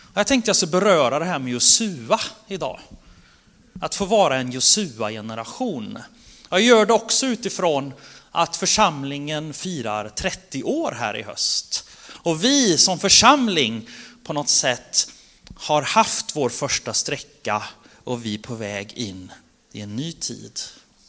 Jag tänkte jag ska beröra det här med Josua idag. Att få vara en Josua-generation. Jag gör det också utifrån att församlingen firar 30 år här i höst. Och vi som församling på något sätt har haft vår första sträcka och vi är på väg in i en ny tid.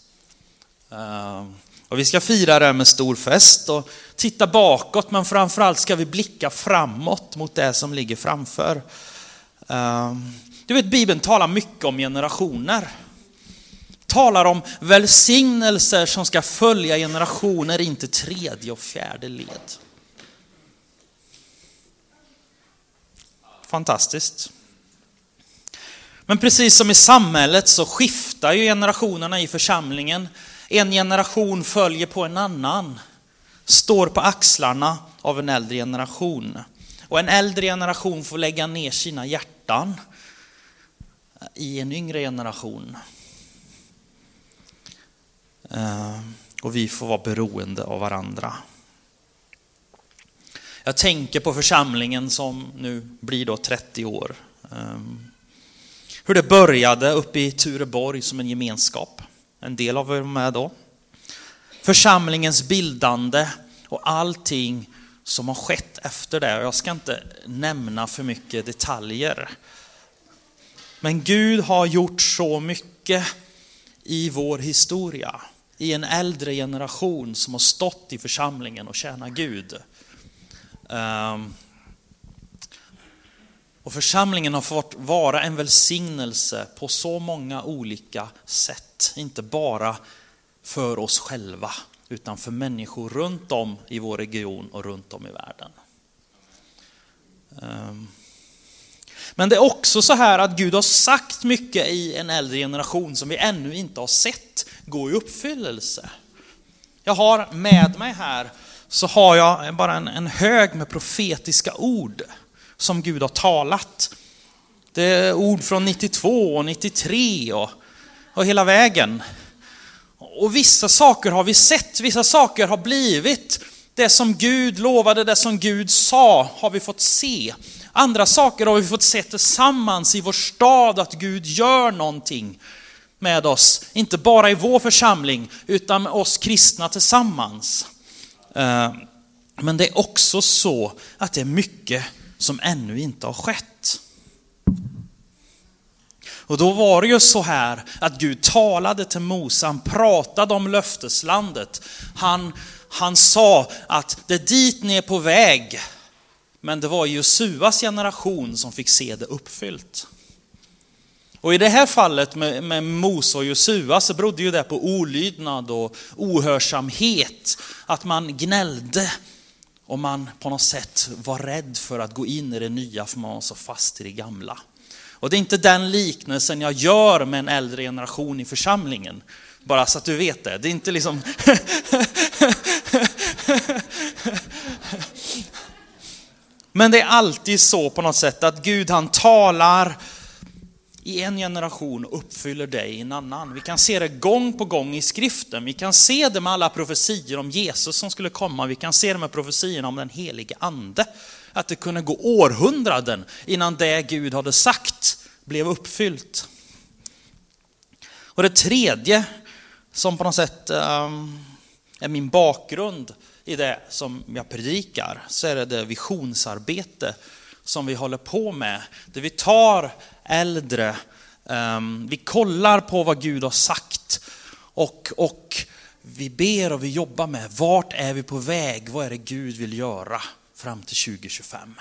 Och vi ska fira det med stor fest och titta bakåt, men framförallt ska vi blicka framåt mot det som ligger framför. Du vet, Bibeln talar mycket om generationer. Talar om välsignelser som ska följa generationer, inte tredje och fjärde led. Fantastiskt. Men precis som i samhället så skiftar ju generationerna i församlingen. En generation följer på en annan. Står på axlarna av en äldre generation. Och en äldre generation får lägga ner sina hjärtan i en yngre generation. Och vi får vara beroende av varandra. Jag tänker på församlingen som nu blir då 30 år. Hur det började uppe i Tureborg som en gemenskap. En del av er med då. Församlingens bildande och allting som har skett efter det. Jag ska inte nämna för mycket detaljer. Men Gud har gjort så mycket i vår historia. I en äldre generation som har stått i församlingen och tjänat Gud. Och församlingen har fått vara en välsignelse på så många olika sätt. Inte bara för oss själva utan för människor runt om i vår region och runt om i världen. Men det är också så här att Gud har sagt mycket i en äldre generation som vi ännu inte har sett gå i uppfyllelse. Jag har med mig här så har jag bara en hög med profetiska ord som Gud har talat. Det är ord från 92 och 93 och hela vägen. Och vissa saker har vi sett, vissa saker har blivit. Det som Gud lovade, det som Gud sa har vi fått se. Andra saker har vi fått se tillsammans i vår stad att Gud gör någonting med oss. Inte bara i vår församling utan med oss kristna tillsammans. Men det är också så att det är mycket som ännu inte har skett. Och då var det ju så här att Gud talade till Mose, han pratade om löfteslandet. Han sa att det är dit ni är på väg. Men det var Josuas generation som fick se det uppfyllt. Och i det här fallet med Mose och Josua så berodde ju det på olydnad och ohörsamhet. Att man gnällde och man på något sätt var rädd för att gå in i det nya för man var så fast i det gamla. Och det är inte den liknelsen jag gör med en äldre generation i församlingen. Bara så att du vet det. Det är inte liksom... Men det är alltid så på något sätt att Gud han talar i en generation och uppfyller det i en annan. Vi kan se det gång på gång i skriften. Vi kan se det med alla profetier om Jesus som skulle komma. Vi kan se det med profetierna om den helige ande. Att det kunde gå århundraden innan det Gud hade sagt blev uppfyllt. Och det tredje som på något sätt är min bakgrund i det som jag predikar, så är det visionsarbete som vi håller på med. Där vi tar äldre, vi kollar på vad Gud har sagt och vi ber och vi jobbar med vart är vi på väg, vad är det Gud vill göra fram till 2025.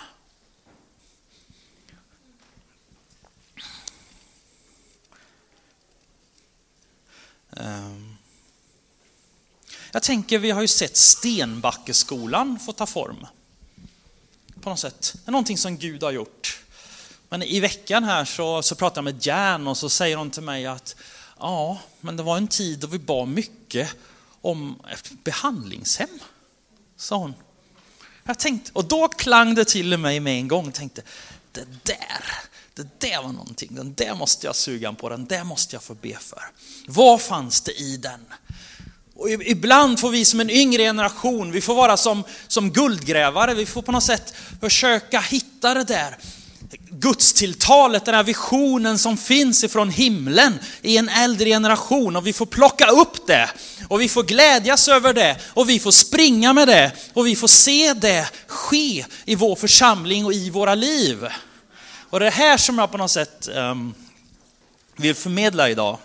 Jag tänker, vi har ju sett Stenbackeskolan få ta form. På något sätt. Det är någonting som Gud har gjort. Men i veckan här så pratar jag med Jan och så säger hon till mig att ja, men det var en tid då vi bad mycket om ett behandlingshem, sa hon. Jag tänkte, och då klang det till mig med en gång. Jag tänkte, det där var någonting. Den där måste jag suga på, den där måste jag få be för. Vad fanns det i den? Och ibland får vi som en yngre generation, vi får vara som guldgrävare. Vi får på något sätt försöka hitta det där. gudstilltalet, den här visionen som finns ifrån himlen i en äldre generation, och vi får plocka upp det och vi får glädjas över det och vi får springa med det och vi får se det ske i vår församling och i våra liv. Och det är här som jag på något sätt vill förmedla idag.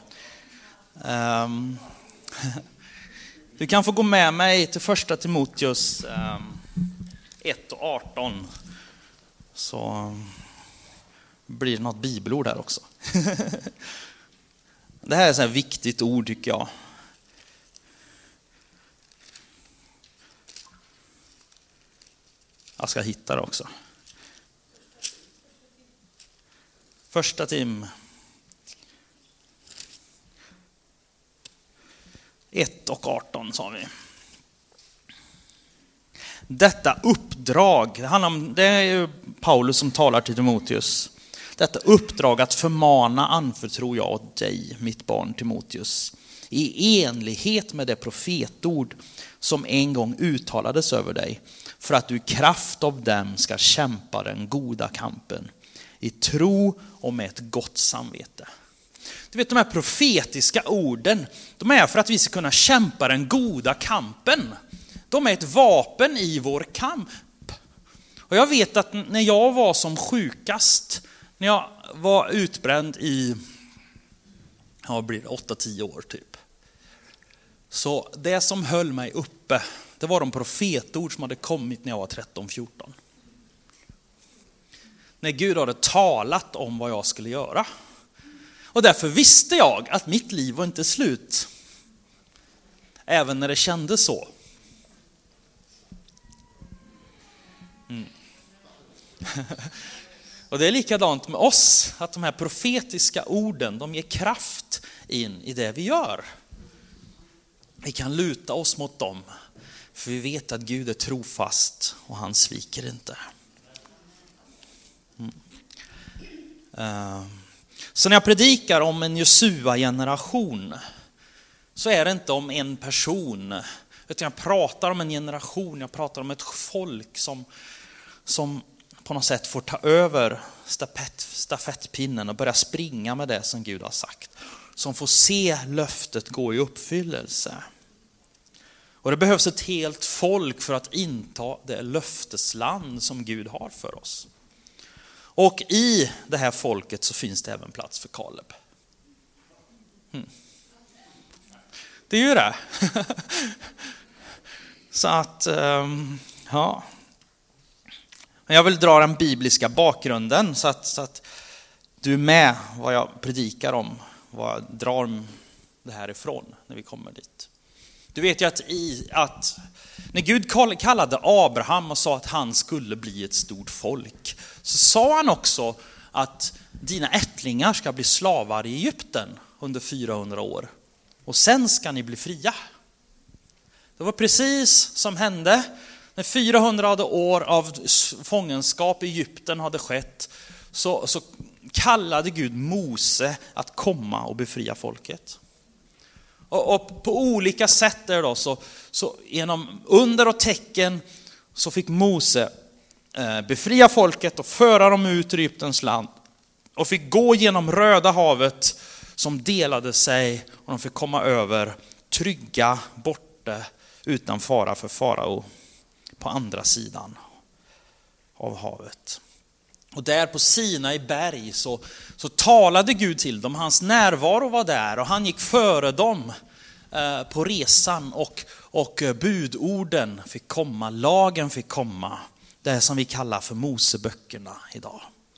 Du kan få gå med mig till första Timoteus 1:18, så blir det något bibelord här också. Det här är ett så här viktigt ord tycker jag. Jag ska hitta det också. Första Tim 1:18 sa vi. Detta uppdrag, det är ju Paulus som talar till Timoteus. Detta uppdrag att förmana anförtror jag åt dig, mitt barn Timoteus, i enlighet med det profetord som en gång uttalades över dig, för att du i kraft av dem ska kämpa den goda kampen i tro och med ett gott samvete. Du vet, de här profetiska orden, de är för att vi ska kunna kämpa den goda kampen. De är ett vapen i vår kamp. Och jag vet att när jag var som sjukast, när jag var utbränd i 8-10 år typ. Så det som höll mig uppe, det var de profetord som hade kommit när jag var 13-14. När Gud hade talat om vad jag skulle göra. Och därför visste jag att mitt liv var inte slut. Även när det kändes så. Och det är likadant med oss, att de här profetiska orden, de ger kraft in i det vi gör. Vi kan luta oss mot dem, för vi vet att Gud är trofast och han sviker inte. Så när jag predikar om en Josua-generation, så är det inte om en person, utan jag pratar om en generation, jag pratar om ett folk som på något sätt får ta över stafettpinnen och börja springa med det som Gud har sagt. Som får se löftet gå i uppfyllelse. Och det behövs ett helt folk för att inta det löftesland som Gud har för oss. Och i det här folket så finns det även plats för Kaleb. Det är ju det. Så att, ja. Jag vill dra den bibliska bakgrunden så att du är med vad jag predikar om, vad jag drar det här ifrån när vi kommer dit. Du vet ju att när Gud kallade Abraham och sa att han skulle bli ett stort folk, så sa han också att dina ättlingar ska bli slavar i Egypten under 400 år. Och sen ska ni bli fria. Det var precis som hände. När 400 år av fångenskap i Egypten hade skett, så kallade Gud Mose att komma och befria folket. Och på olika sätt där då, så genom under och tecken så fick Mose befria folket och föra dem ut ur Egyptens land. Och fick gå genom Röda havet som delade sig, och de fick komma över trygga borta utan fara för farao på andra sidan av havet. Och där på Sinai berg så talade Gud till dem. Hans närvaro var där och han gick före dem på resan, och budorden fick komma, lagen fick komma. Det som vi kallar för Moseböckerna idag.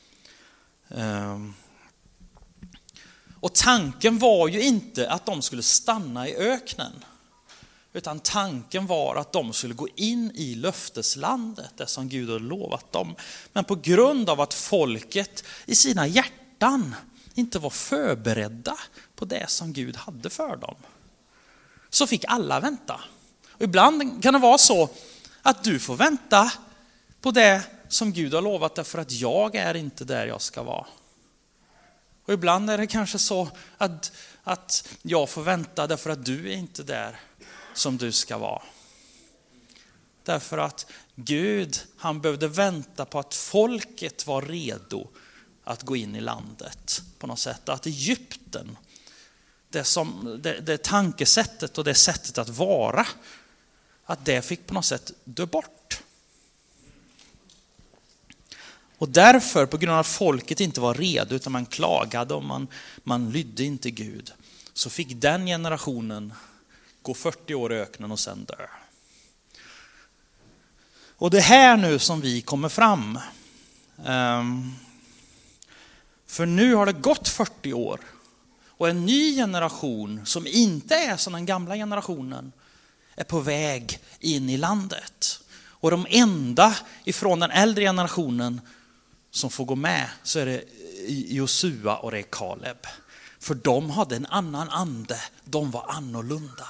Och tanken var ju inte att de skulle stanna i öknen. Utan tanken var att de skulle gå in i löfteslandet, det som Gud hade lovat dem. Men på grund av att folket i sina hjärtan inte var förberedda på det som Gud hade för dem, så fick alla vänta. Och ibland kan det vara så att du får vänta på det som Gud har lovat, därför att jag är inte där jag ska vara. Och ibland är det kanske så att jag får vänta därför att du är inte där som du ska vara. Därför att Gud, han behövde vänta på att folket var redo att gå in i landet på något sätt. Att Egypten, det tankesättet och det sättet att vara, att det fick på något sätt dö bort. Och därför, på grund av att folket inte var redo utan man klagade och man lydde inte Gud, så fick den generationen gå 40 år i öknen och sen dö. Och det här nu som vi kommer fram. För nu har det gått 40 år och en ny generation som inte är som den gamla generationen är på väg in i landet. Och de enda ifrån den äldre generationen som får gå med, så är det Josua och det är Kaleb. För de hade en annan ande, de var annorlunda.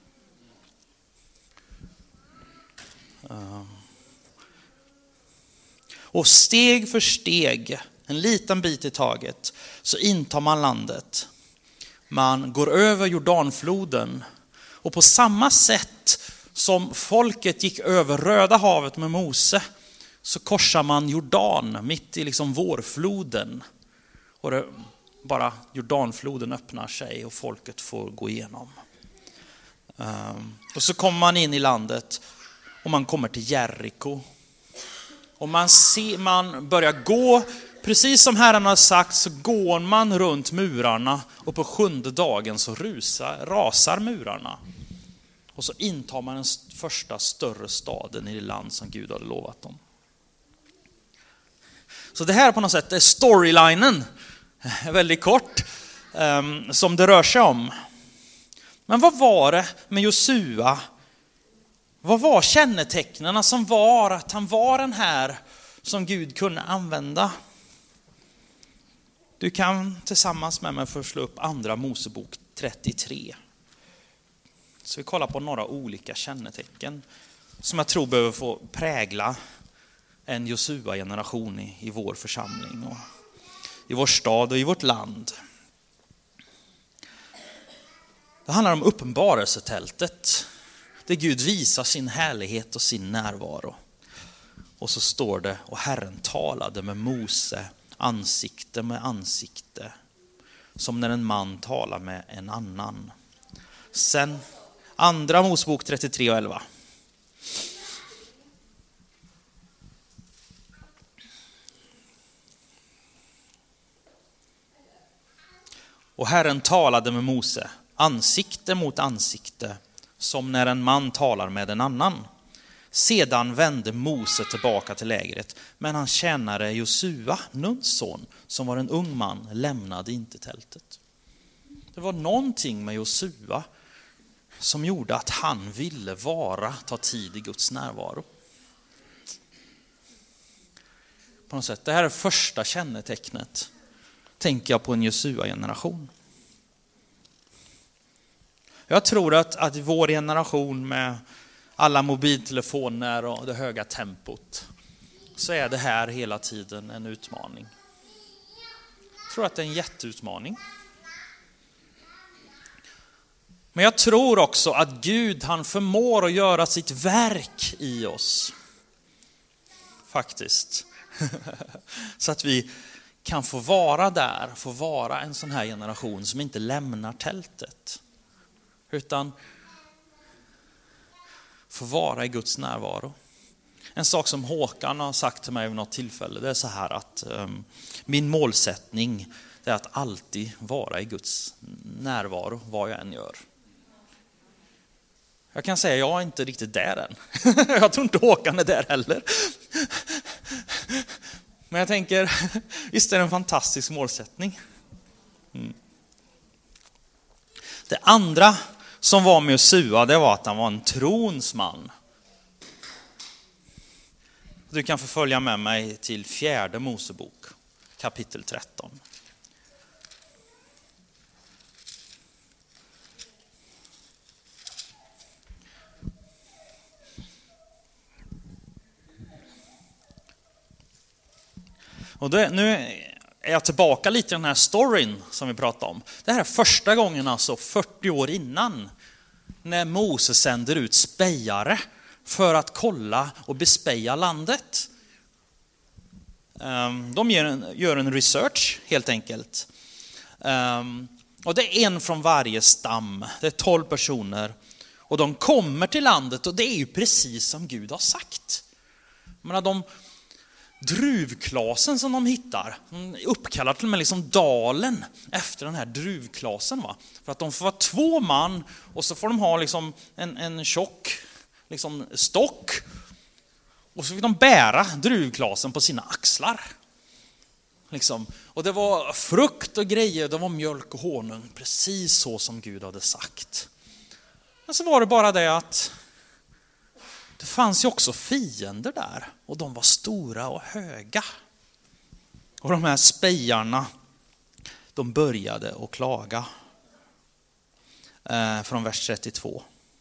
Och steg för steg, en liten bit i taget, så intar man landet. Man går över Jordanfloden. Och på samma sätt som folket gick över Röda havet med Mose, så korsar man Jordan mitt i liksom vårfloden. Och bara Jordanfloden öppnar sig och folket får gå igenom. Och så kommer man in i landet och man kommer till Jeriko. Och man börjar gå, precis som Herren har sagt, så går man runt murarna och på 7:e dagen så rasar murarna. Och så intar man den första större staden i det land som Gud hade lovat dem. Så det här på något sätt är storylinen, väldigt kort, som det rör sig om. Men vad var det med Josua? Vad var kännetecknarna som var att han var den här som Gud kunde använda? Du kan tillsammans med mig slå upp Andra Mosebok 33. Så vi kollar på några olika kännetecken som jag tror behöver få prägla en Josua-generation i vår församling och i vår stad och i vårt land. Det handlar om uppenbarelsetältet, där Gud visar sin härlighet och sin närvaro. Och så står det, och Herren talade med Mose ansikte med ansikte, som när en man talar med en annan. Sen Andra Mosebok 33 och 11. Och Herren talade med Mose ansikte mot ansikte, som när en man talar med en annan. Sedan vände Mose tillbaka till lägret, men hans tjänare Josua, Nuns son, som var en ung man, lämnade inte tältet. Det var någonting med Josua som gjorde att han ville ta tid i Guds närvaro. På något sätt, det här är första kännetecknet, tänker jag på en Josua-generation. Jag tror att vår generation med alla mobiltelefoner och det höga tempot, så är det här hela tiden en utmaning. Jag tror att det är en jätteutmaning. Men jag tror också att Gud, han förmår att göra sitt verk i oss. Faktiskt. Så att vi kan få vara där, få vara en sån här generation som inte lämnar tältet. Utan få vara i Guds närvaro. En sak som Håkan har sagt till mig vid något tillfälle, det är så här att min målsättning är att alltid vara i Guds närvaro, vad jag än gör. Jag kan säga, jag är inte riktigt där än. Jag tror inte Håkan är där heller. Men jag tänker, visst är det en fantastisk målsättning. Det andra som var med Josua, det var att han var en trons man. Du kan få följa med mig till 4:e Mosebok, kapitel 13. Och nu är jag tillbaka lite i den här storyn som vi pratade om. Det här är första gången, alltså 40 år innan, när Moses sänder ut spejare för att kolla och bespeja landet. De gör en research helt enkelt. Och det är en från varje stam. Det är 12 personer. Och de kommer till landet och det är ju precis som Gud har sagt. De druvklasen som de hittar, uppkallar till och med liksom dalen efter den här druvklasen. Va? För att de får vara 2 man och så får de ha liksom en tjock liksom stock. Och så fick de bära druvklasen på sina axlar. Liksom. Och det var frukt och grejer, det var mjölk och honung, precis så som Gud hade sagt. Men så var det bara det att det fanns ju också fiender där. Och de var stora och höga. Och de här spejarna, de började att klaga. Från vers 32.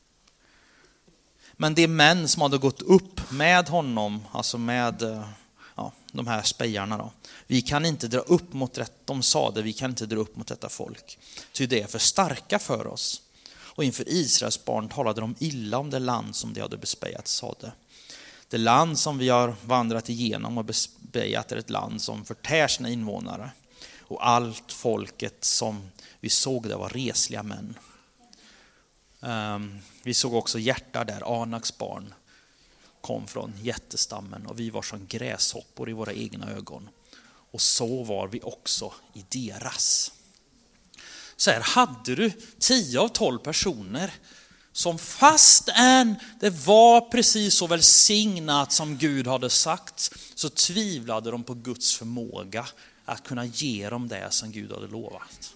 Men de män som hade gått upp med honom, alltså med de här spejarna då. Vi kan inte dra upp mot de sade, vi kan inte dra upp mot detta folk. Ty det är för starka för oss. Och inför Israels barn talade de illa om det land som de hade bespejat, sade. Det land som vi har vandrat igenom och bespejat är ett land som förtär sina invånare. Och allt folket som vi såg där var resliga män. Vi såg också hjärta där, Anaks barn kom från jättestammen och vi var som gräshoppor i våra egna ögon. Och så var vi också i deras. Så här hade du 10 av 12 personer som fastän det var precis så välsignat som Gud hade sagt, så tvivlade de på Guds förmåga att kunna ge dem det som Gud hade lovat.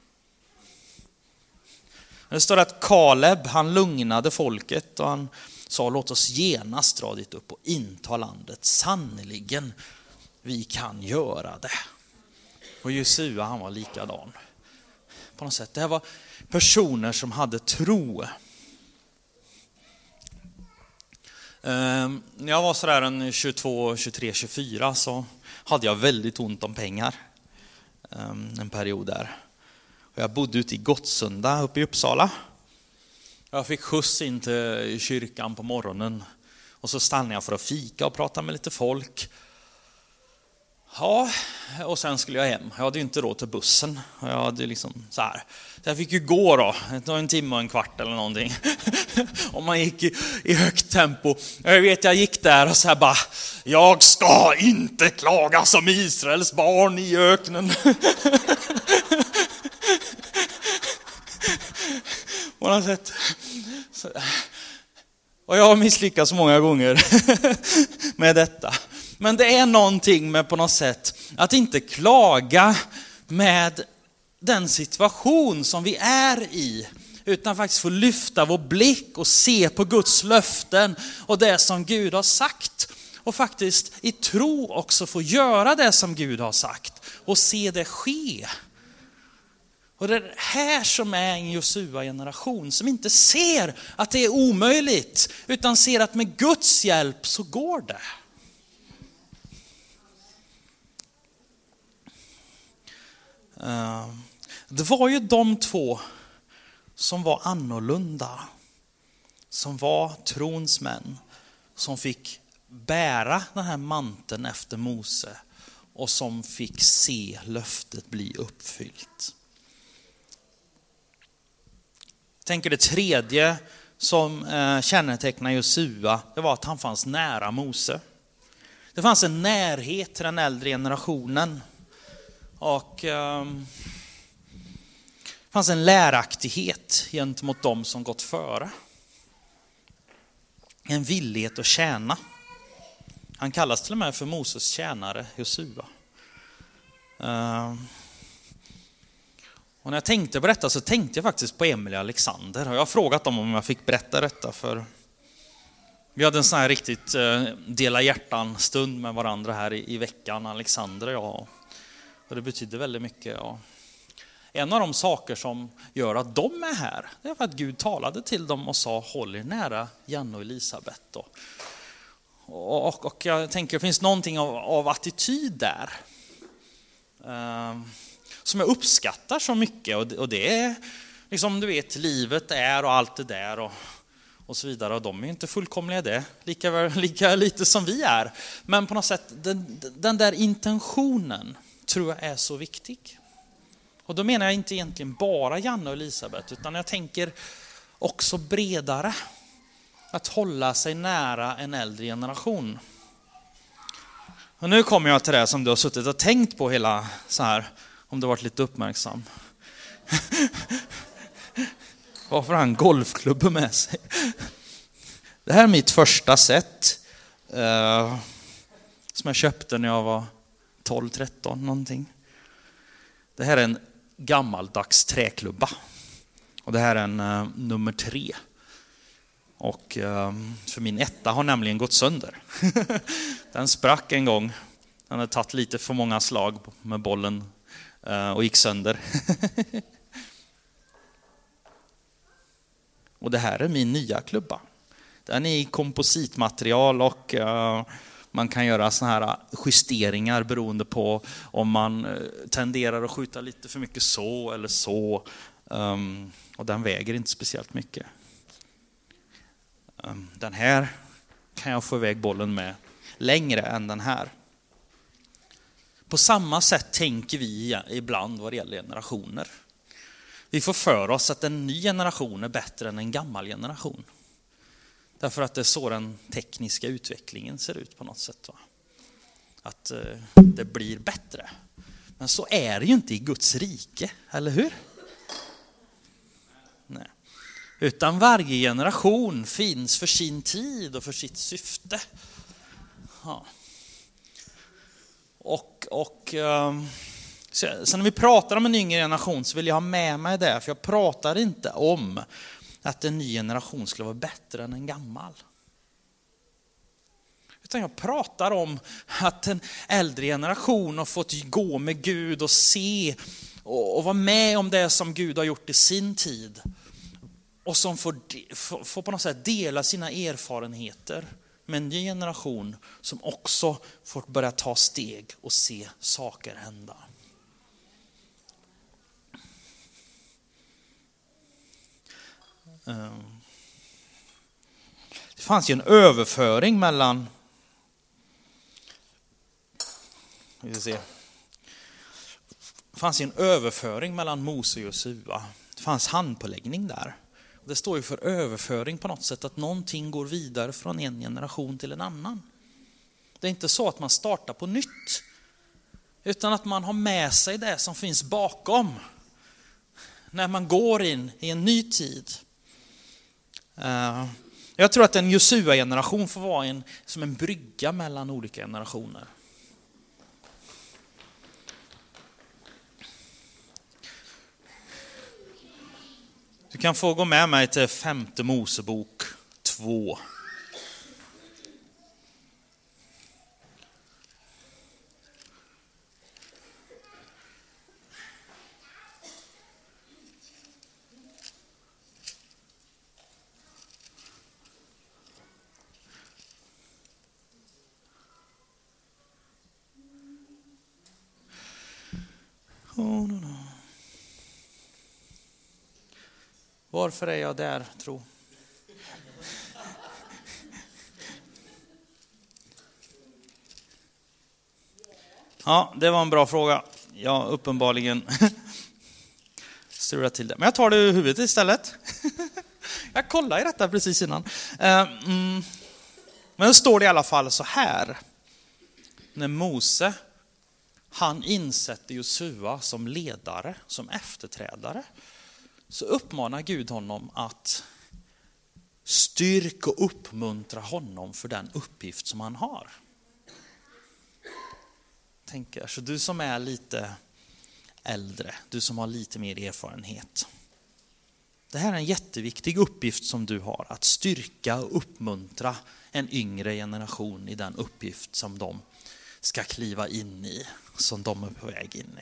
Det står att Kaleb, han lugnade folket och han sa, låt oss genast dra dit upp och inta landet. Sannoliken, vi kan göra det. Och Josua, han var likadan. På något sätt, det här var personer som hade tro. När jag var sådär en 22, 23, 24 så hade jag väldigt ont om pengar. En period där. Och jag bodde ute i Gottsunda uppe i Uppsala. Jag fick skjuts in till kyrkan på morgonen. Och så stannade jag för att fika och prata med lite folk. Ja, och sen skulle jag hem. Jag hade ju inte råd till bussen. Jag hade liksom så här. Så jag fick ju gå då. Det var en timme och en kvart eller någonting. Om man gick i högt tempo. Jag vet, jag gick där och så här bara. Jag ska inte klaga som Israels barn i öknen. På något sätt. Och jag har misslyckats många gånger med detta. Men det är någonting med på något sätt att inte klaga med den situation som vi är i. Utan faktiskt få lyfta vår blick och se på Guds löften och det som Gud har sagt. Och faktiskt i tro också få göra det som Gud har sagt och se det ske. Och det är här som är en Josua-generation som inte ser att det är omöjligt utan ser att med Guds hjälp så går det. Det var ju de 2 som var annorlunda, som var trons män, som fick bära den här manteln efter Mose och som fick se löftet bli uppfyllt. Jag tänker det tredje som kännetecknar Josua, det var att han fanns nära Mose. Det fanns en närhet till den äldre generationen. Och det fanns en läraktighet gentemot dem som gått före. En villighet att tjäna. Han kallas till och med för Moses tjänare, Josua. Och när jag tänkte på detta så tänkte jag faktiskt på Emil och Alexander. Och jag har frågat dem om jag fick berätta detta för... Vi hade en sån här riktigt dela hjärtan stund med varandra här i veckan, Alexander och jag. Och det betyder väldigt mycket. Ja. En av de saker som gör att de är här, det är för att Gud talade till dem och sa, håll er nära Janne och Elisabeth. Och jag tänker, det finns någonting av attityd där. Som jag uppskattar så mycket. Och det är liksom, du vet, livet är och allt det där. och så vidare. Och de är inte fullkomliga det, lika lite som vi är. Men på något sätt, den där intentionen tror jag är så viktig. Och då menar jag inte egentligen bara Janne och Elisabeth, utan jag tänker också bredare. Att hålla sig nära en äldre generation. Och nu kommer jag till det som du har suttit och tänkt på hela så här, om du har varit lite uppmärksam. Varför har han golfklubben med sig? Det här är mitt första set. Som jag köpte när jag var 12-13 någonting. Det här är en gammaldags träklubba. Och det här är en nummer 3. Och för min etta har nämligen gått sönder. Den sprack en gång. Den hade tagit lite för många slag med bollen och gick sönder. Och det här är min nya klubba. Den är i kompositmaterial och man kan göra såna här justeringar beroende på om man tenderar att skjuta lite för mycket så eller så. Och den väger inte speciellt mycket. Den här kan jag få iväg bollen med längre än den här. På samma sätt tänker vi ibland vad det gäller generationer. Vi får för oss att en ny generation är bättre än en gammal generation. Därför att det är så den tekniska utvecklingen ser ut på något sätt. Va? Att det blir bättre. Men så är det ju inte i Guds rike, eller hur? Nej. Utan varje generation finns för sin tid och för sitt syfte. Ja. Så när vi pratar om en yngre generation så vill jag ha med mig det. För jag pratar inte om att en ny generation skulle vara bättre än en gammal. Utan jag pratar om att en äldre generation har fått gå med Gud och se och vara med om det som Gud har gjort i sin tid. Och som får på något sätt dela sina erfarenheter med en ny generation som också får börja ta steg och se saker hända. Det fanns ju en överföring mellan Mose och Josua. Det fanns handpåläggning där. Det står ju för överföring på något sätt, att någonting går vidare från en generation till en annan. Det är inte så att man startar på nytt, utan att man har med sig det som finns bakom när man går in i en ny tid. Jag tror att en Josua-generation får vara som en brygga mellan olika generationer. Du kan få gå med mig till 5:e Mosebok 2. Varför är jag där, tro? Ja, det var en bra fråga. Jag uppenbarligen strular till det. Men jag tar det ur huvudet istället. Jag kollade i detta precis innan. Men då står det i alla fall så här. När Mose, han insätter Josua som ledare, som efterträdare, så uppmanar Gud honom att styrka och uppmuntra honom för den uppgift som han har. Tänker, så du som är lite äldre, du som har lite mer erfarenhet. Det här är en jätteviktig uppgift som du har, att styrka och uppmuntra en yngre generation i den uppgift som de ska kliva in i, som de är på väg in i.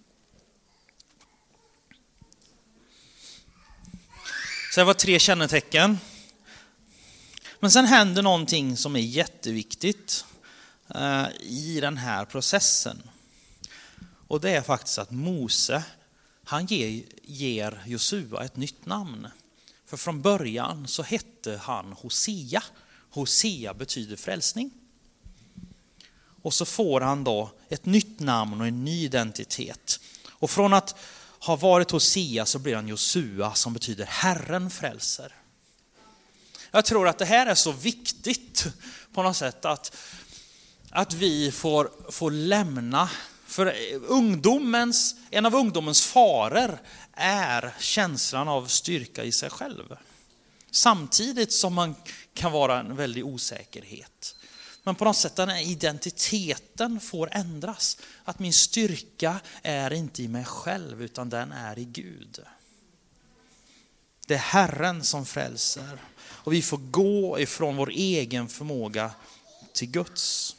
Så det var 3 kännetecken. Men sen händer någonting som är jätteviktigt i den här processen. Och det är faktiskt att Mose, han ger Josua ett nytt namn. För från början så hette han Hosea. Hosea betyder frälsning. Och så får han då ett nytt namn och en ny identitet. Och från att ha varit Hosea så blir han Josua, som betyder Herren frälser. Jag tror att det här är så viktigt på något sätt att vi får lämna. För en av ungdomens faror är känslan av styrka i sig själv. Samtidigt som man kan vara en väldig osäkerhet. Men på något sätt den här identiteten får ändras. Att min styrka är inte i mig själv utan den är i Gud. Det är Herren som frälser. Och vi får gå ifrån vår egen förmåga till Guds.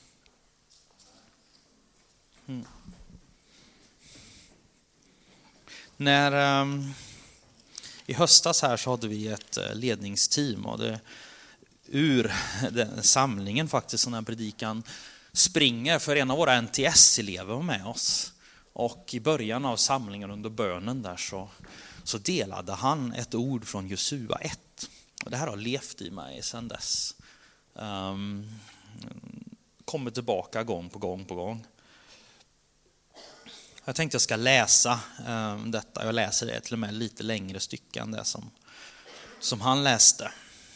I höstas här så hade vi ett ledningsteam och ur den samlingen faktiskt som den här predikan springer, för en av våra NTS-elever var med oss. Och i början av samlingen under bönen där så delade han ett ord från Josua 1. Och det här har levt i mig sedan dess. Kommer tillbaka gång på gång. Jag tänkte jag ska läsa detta. Jag läser det till och med lite längre stycke än det som han läste.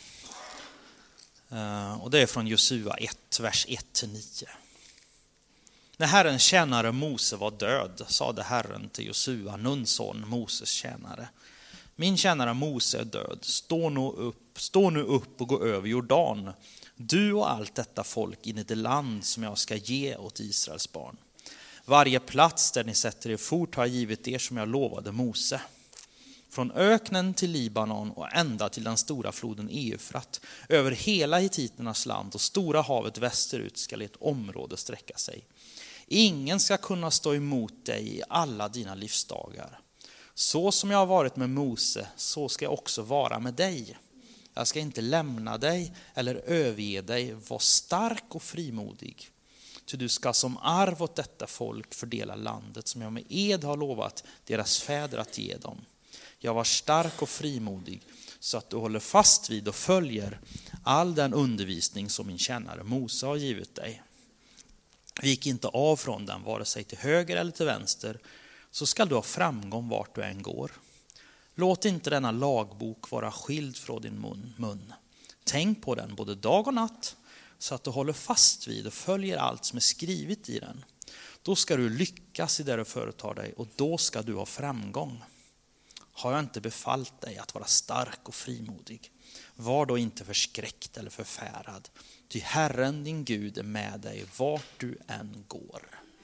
Och det är från Josua 1, vers 1-9. När Herrens tjänare Mose var död, sade Herren till Josua, Nuns son, Moses tjänare. Min tjänare Mose är död. Stå nu upp och gå över Jordan, du och allt detta folk in i det land som jag ska ge åt Israels barn. Varje plats där ni sätter er fot har jag givit er som jag lovade Mose. Från öknen till Libanon och ända till den stora floden Eufrat, över hela hittiternas land och stora havet västerut ska ett område sträcka sig. Ingen ska kunna stå emot dig i alla dina livsdagar. Så som jag har varit med Mose, så ska jag också vara med dig. Jag ska inte lämna dig eller överge dig, var stark och frimodig. Ty du ska som arv åt detta folk fördela landet som jag med ed har lovat deras fäder att ge dem. Jag var stark och frimodig så att du håller fast vid och följer all den undervisning som min tjänare Mose har givit dig. Vik inte av från den vare sig till höger eller till vänster, så ska du ha framgång vart du än går. Låt inte denna lagbok vara skild från din mun. Tänk på den både dag och natt, så att du håller fast vid och följer allt som är skrivet i den. Då ska du lyckas i det du företar dig och då ska du ha framgång. Har jag inte befallt dig att vara stark och frimodig? Var då inte förskräckt eller förfärad. Ty Herren din Gud är med dig vart du än går.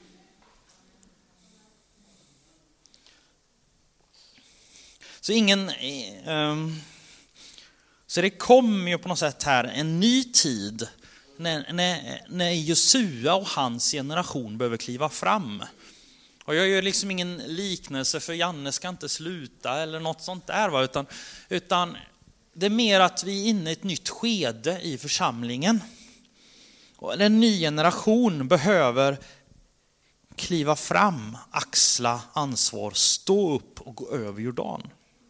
Så det kommer ju på något sätt här en ny tid när Josua och hans generation behöver kliva fram. Och jag gör liksom ingen liknelse för Janne ska inte sluta eller något sånt där, utan det är mer att vi är inne i ett nytt skede i församlingen. Och en ny generation behöver kliva fram, axla ansvar, stå upp och gå över Jordan.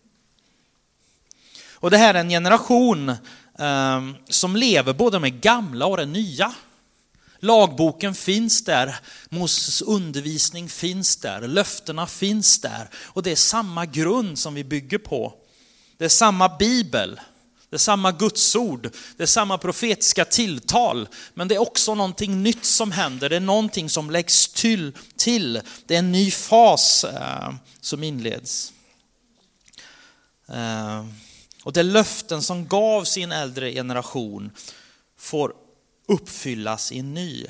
Och det här är en generation som lever både med gamla och det nya. Lagboken finns där, Moses undervisning finns där, löftena finns där. Och det är samma grund som vi bygger på. Det är samma bibel, det är samma gudsord, det är samma profetiska tilltal. Men det är också någonting nytt som händer, det är någonting som läggs till. Det är en ny fas som inleds. Och det löften som gavs i en äldre generation får uppfyllas i en ny.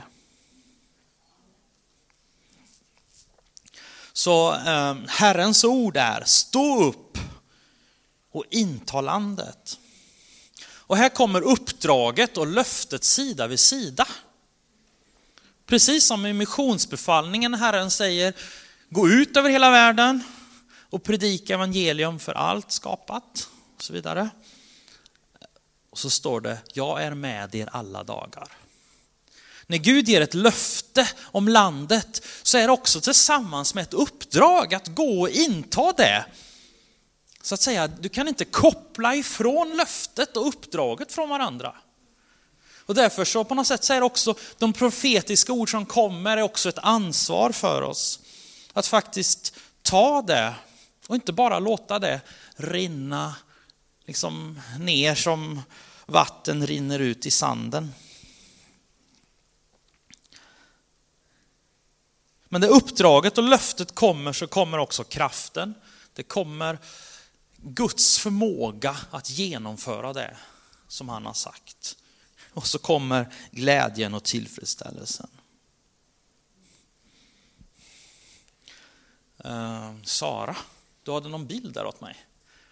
Så Herrens ord är: stå upp och inta landet. Och här kommer uppdraget och löftet sida vid sida. Precis som i missionsbefallningen, Herren säger: gå ut över hela världen och predika evangelium för allt skapat och så vidare. Och så står det: jag är med er alla dagar. När Gud ger ett löfte om landet så är det också tillsammans med ett uppdrag att gå och inta det. Så att säga, du kan inte koppla ifrån löftet och uppdraget från varandra. Och därför så på något sätt så är också de profetiska ord som kommer är också ett ansvar för oss. Att faktiskt ta det och inte bara låta det rinna liksom ner som vatten rinner ut i sanden. Men det uppdraget och löftet kommer så kommer också kraften. Det kommer Guds förmåga att genomföra det som han har sagt. Och så kommer glädjen och tillfredsställelsen. Sara, du hade någon bild där åt mig.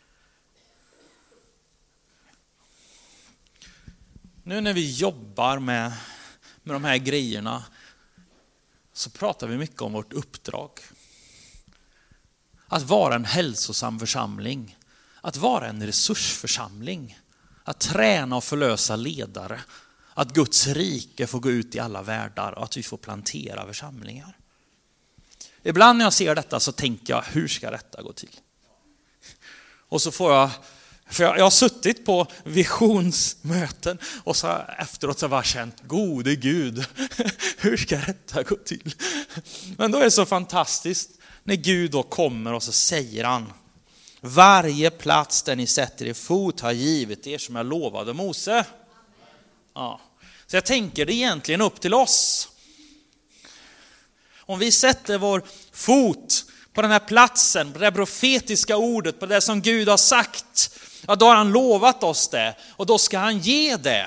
Nu när vi jobbar med de här grejerna så pratar vi mycket om vårt uppdrag. Att vara en hälsosam församling. Att vara en resursförsamling. Att träna och förlösa ledare. Att Guds rike får gå ut i alla världar och att vi får plantera församlingar. Ibland när jag ser detta så tänker jag, hur ska detta gå till? Och så får jag, för jag har suttit på visionsmöten och så efteråt så har jag bara känt, gode Gud, hur ska detta gå till? Men då är det så fantastiskt när Gud då kommer och så säger han, varje plats där ni sätter er fot har givit er som jag lovade Mose. Ja. Så jag tänker det är egentligen upp till oss. Om vi sätter vår fot på den här platsen, på det profetiska ordet, på det som Gud har sagt, ja, då har han lovat oss det och då ska han ge det.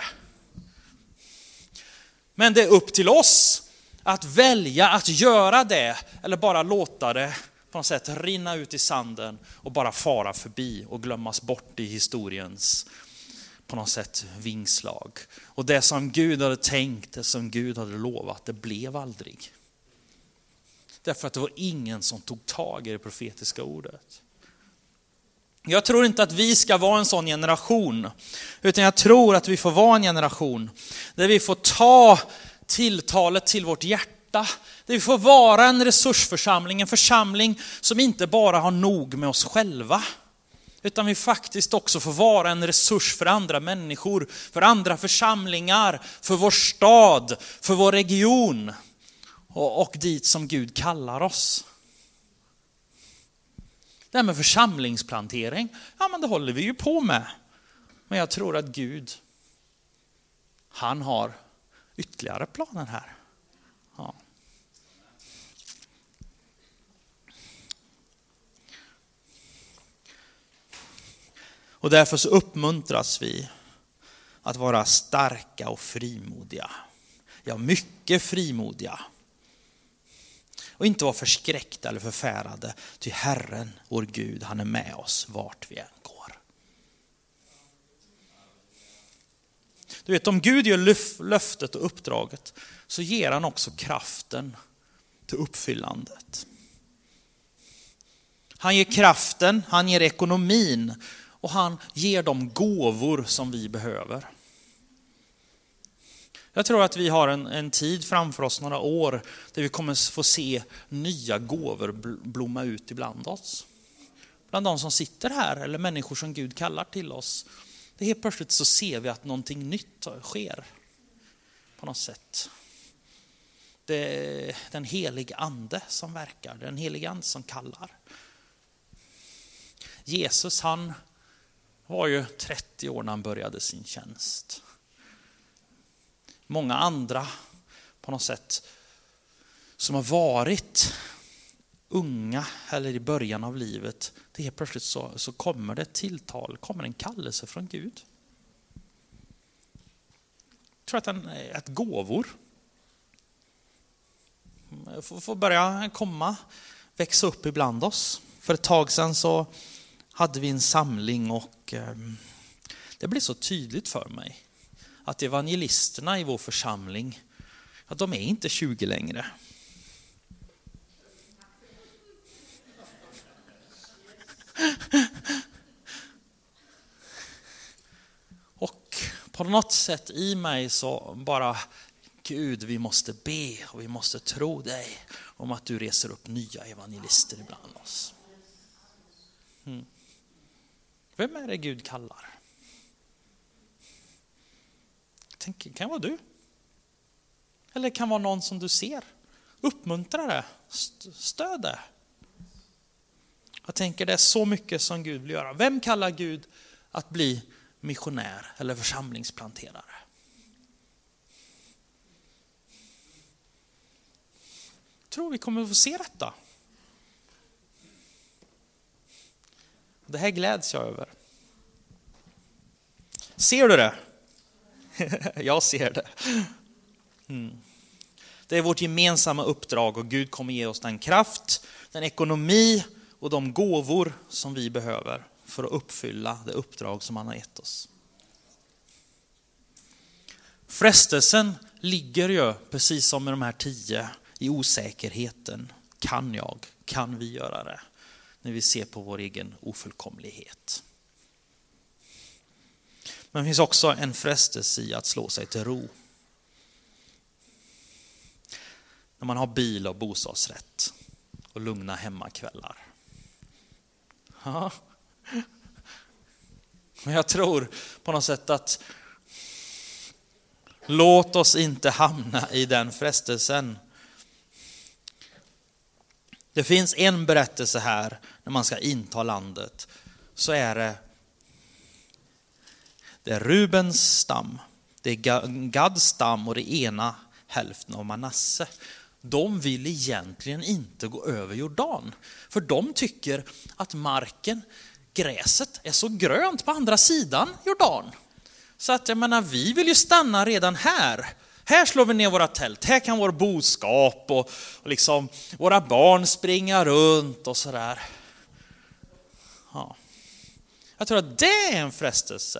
Men det är upp till oss att välja att göra det eller bara låta det på något sätt rinna ut i sanden och bara fara förbi och glömmas bort i historiens på något sätt vingslag. Och det som Gud hade tänkt, det som Gud hade lovat, det blev aldrig. Därför att det var ingen som tog tag i det profetiska ordet. Jag tror inte att vi ska vara en sån generation, utan jag tror att vi får vara en generation där vi får ta tilltalet till vårt hjärta. Där vi får vara en resursförsamling, en församling som inte bara har nog med oss själva. Utan vi faktiskt också får vara en resurs för andra människor, för andra församlingar, för vår stad, för vår region och dit som Gud kallar oss. Det här med församlingsplantering, ja men det håller vi ju på med. Men jag tror att Gud, han har ytterligare planer här. Ja. Och därför så uppmuntras vi att vara starka och frimodiga. Ja, mycket frimodiga. Och inte vara förskräckta eller förfärade. Ty Herren, vår Gud, han är med oss vart vi än går. Du vet, om Gud gör löftet och uppdraget så ger han också kraften till uppfyllandet. Han ger kraften, han ger ekonomin och han ger de gåvor som vi behöver. Jag tror att vi har en tid framför oss, några år, där vi kommer få se nya gåvor blomma ut ibland oss. Bland de som sitter här eller människor som Gud kallar till oss. Det helt plötsligt så ser vi att någonting nytt sker på något sätt. Det är den heliga ande som verkar, den heliga ande som kallar. Jesus, han var ju 30 år när han började sin tjänst. Många andra på något sätt som har varit unga eller i början av livet, det är plötsligt så kommer det ett tilltal, kommer en kallelse från Gud. Jag tror att gåvor får börja komma, växa upp ibland oss. För ett tag sedan så hade vi en samling och det blev så tydligt för mig att evangelisterna i vår församling, att de är inte 20 längre. Och på något sätt i mig så bara, Gud, vi måste be och vi måste tro dig om att du reser upp nya evangelister ibland oss. Vem är det Gud kallar? Tänk, kan det vara du? Eller kan det vara någon som du ser? Uppmuntra det, stöd det. Jag tänker det är så mycket som Gud vill göra. Vem kallar Gud att bli missionär eller församlingsplanterare? Jag tror vi kommer att få se detta. Det här gläds jag över. Ser du det? Jag ser det. Det är vårt gemensamma uppdrag och Gud kommer ge oss den kraft, den ekonomi och de gåvor som vi behöver för att uppfylla det uppdrag som han har gett oss. Frestelsen ligger ju, precis som med de här 10, i osäkerheten. Kan vi göra det? När vi ser på vår egen ofullkomlighet. Men det finns också en frestelse i att slå sig till ro. När man har bil och bostadsrätt och lugna hemmakvällar. Ja. Men jag tror på något sätt att låt oss inte hamna i den frestelsen. Det finns en berättelse här när man ska inta landet. Så är det Rubens stam, det är Gads stam och det ena hälften av Manasse. De vill egentligen inte gå över Jordan. För de tycker att gräset är så grönt på andra sidan Jordan. Så att jag menar, vi vill ju stanna redan här. Här slår vi ner våra tält. Här kan vår boskap och liksom våra barn springa runt och sådär. Ja. Jag tror att det är en frestelse.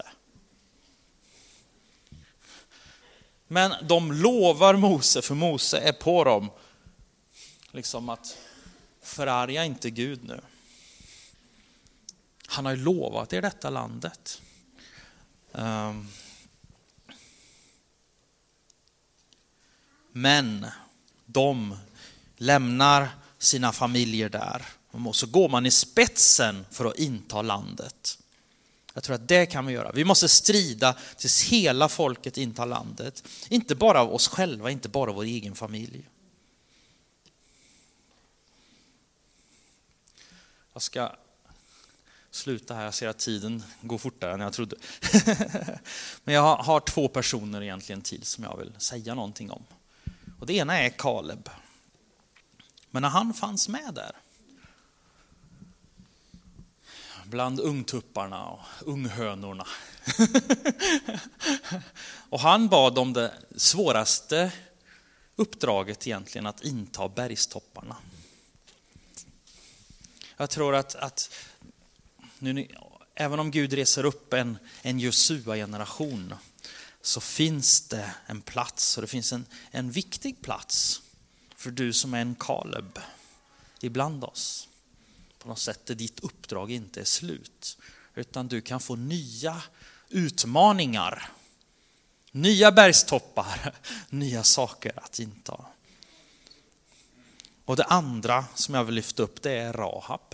Men de lovar Mose, för Mose är på dem. Liksom att förarga inte Gud nu. Han har ju lovat er detta landet. Men de lämnar sina familjer där. Och så går man i spetsen för att inta landet. Jag tror att det kan vi göra. Vi måste strida tills hela folket intar landet. Inte bara av oss själva, inte bara vår egen familj. Jag ska sluta här. Jag ser att tiden går fortare än jag trodde. Men jag har 2 personer egentligen till som jag vill säga någonting om. Och det ena är Kaleb. Men när han fanns med där, bland ungtupparna och unghönorna. Och han bad om det svåraste uppdraget egentligen, att inta bergstopparna. Jag tror att nu, även om Gud reser upp en Josua-generation, så finns det en plats, och det finns en viktig plats för du som är en Kaleb ibland oss. På något sätt där ditt uppdrag inte är slut, utan du kan få nya utmaningar, nya bergstoppar, nya saker att inta. Och det andra som jag vill lyfta upp, det är Rahab.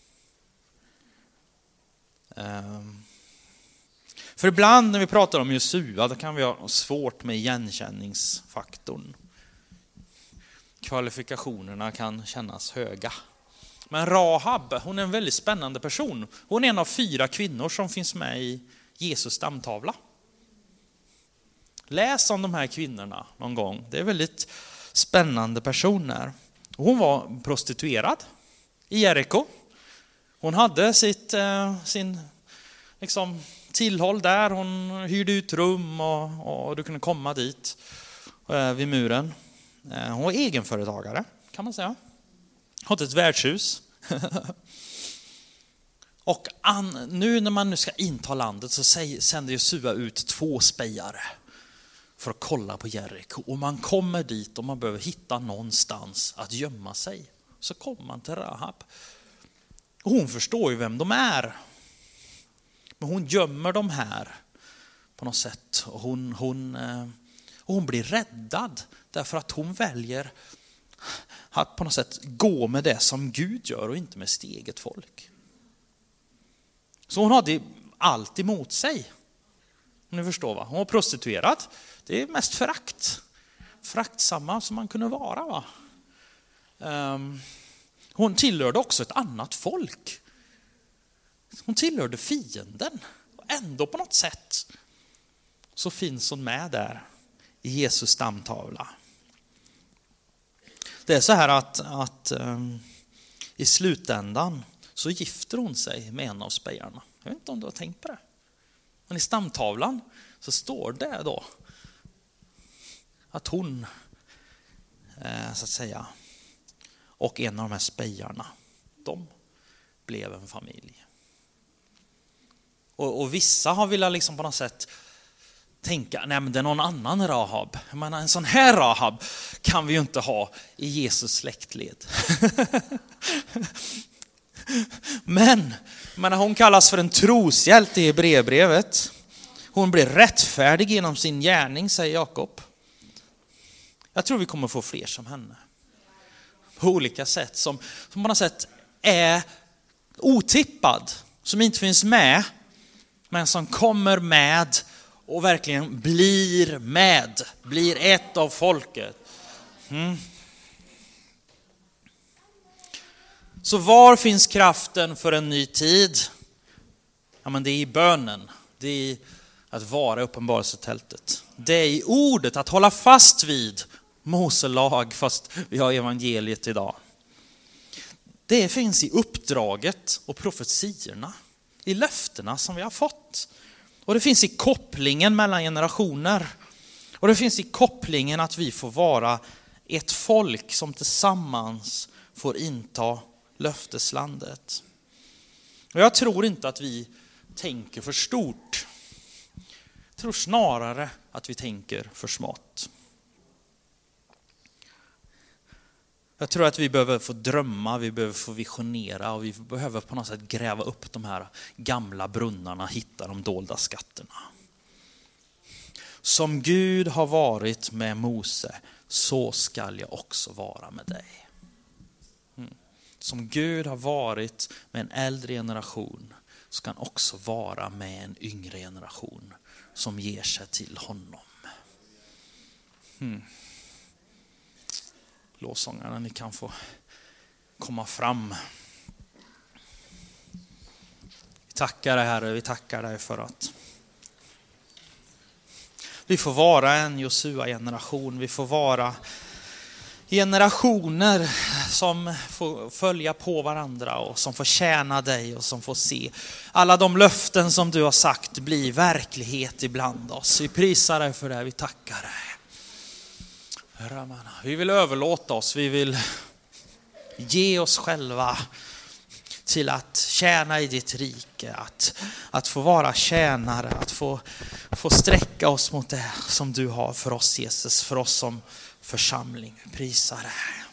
För ibland när vi pratar om Josua, då kan vi ha svårt med igenkänningsfaktorn. Kvalifikationerna kan kännas höga. Men Rahab, hon är en väldigt spännande person. Hon är en av 4 kvinnor som finns med i Jesus stamtavla. Läs om de här kvinnorna någon gång. Det är väldigt spännande personer. Hon var prostituerad i Jeriko. Hon hade sin liksom tillhåll där. Hon hyrde ut rum och du kunde komma dit vid muren. Hon var egenföretagare, kan man säga. Hade ett värdshus. Och nu när man ska inta landet så sänder Josua ut 2 spejare för att kolla på Jeriko. Och man kommer dit och man behöver hitta någonstans att gömma sig. Så kommer man till Rahab. Och hon förstår ju vem de är. Men hon gömmer dem här på något sätt. Och hon blir räddad därför att hon väljer att på något sätt gå med det som Gud gör och inte med sitt eget folk. Så hon hade allt emot sig. Om ni förstår va? Hon var prostituerad. Det är mest föraktsamma som man kunde vara va. Hon tillhörde också ett annat folk. Hon tillhörde fienden. Och ändå på något sätt så finns hon med där i Jesus stamtavla. Det är så här att i slutändan så gifter hon sig med en av spejarna. Jag vet inte om du har tänkt på det. Men i stamtavlan så står det då att hon så att säga och en av de här spejarna, de blev en familj. Och vissa har velat liksom på något sätt tänka, nej men det är någon annan Rahab. Jag menar, en sån här Rahab kan vi ju inte ha i Jesus släktled. Men hon kallas för en troshjälte i Hebreerbrevet. Hon blir rättfärdig genom sin gärning, säger Jakob. Jag tror vi kommer få fler som henne. På olika sätt. Som på något sätt är otippad. Som inte finns med. Men som kommer med och verkligen blir med. Blir ett av folket. Så var finns kraften för en ny tid? Ja, men det är i bönen. Det är i att vara i uppenbarelsetältet. Det är i ordet, att hålla fast vid Mose lag fast vi har evangeliet idag. Det finns i uppdraget och profetiorna. I löftena som vi har fått. Och det finns i kopplingen mellan generationer. Och det finns i kopplingen att vi får vara ett folk som tillsammans får inta löfteslandet. Och jag tror inte att vi tänker för stort. Jag tror snarare att vi tänker för smått. Jag tror att vi behöver få drömma, vi behöver få visionera och vi behöver på något sätt gräva upp de här gamla brunnarna, hitta de dolda skatterna. Som Gud har varit med Mose, så skall jag också vara med dig. Som Gud har varit med en äldre generation, så kan han också vara med en yngre generation som ger sig till honom. Lovsångarna, ni kan få komma fram. Vi tackar dig Herre, vi tackar dig för att vi får vara en Josua-generation. Vi får vara generationer som får följa på varandra och som får tjäna dig och som får se alla de löften som du har sagt bli verklighet ibland oss. Vi prisar dig för det, vi tackar dig. Vi vill överlåta oss, vi vill ge oss själva till att tjäna i ditt rike, att få vara tjänare, att få sträcka oss mot det som du har för oss Jesus, för oss som församling. Vi prisar dig.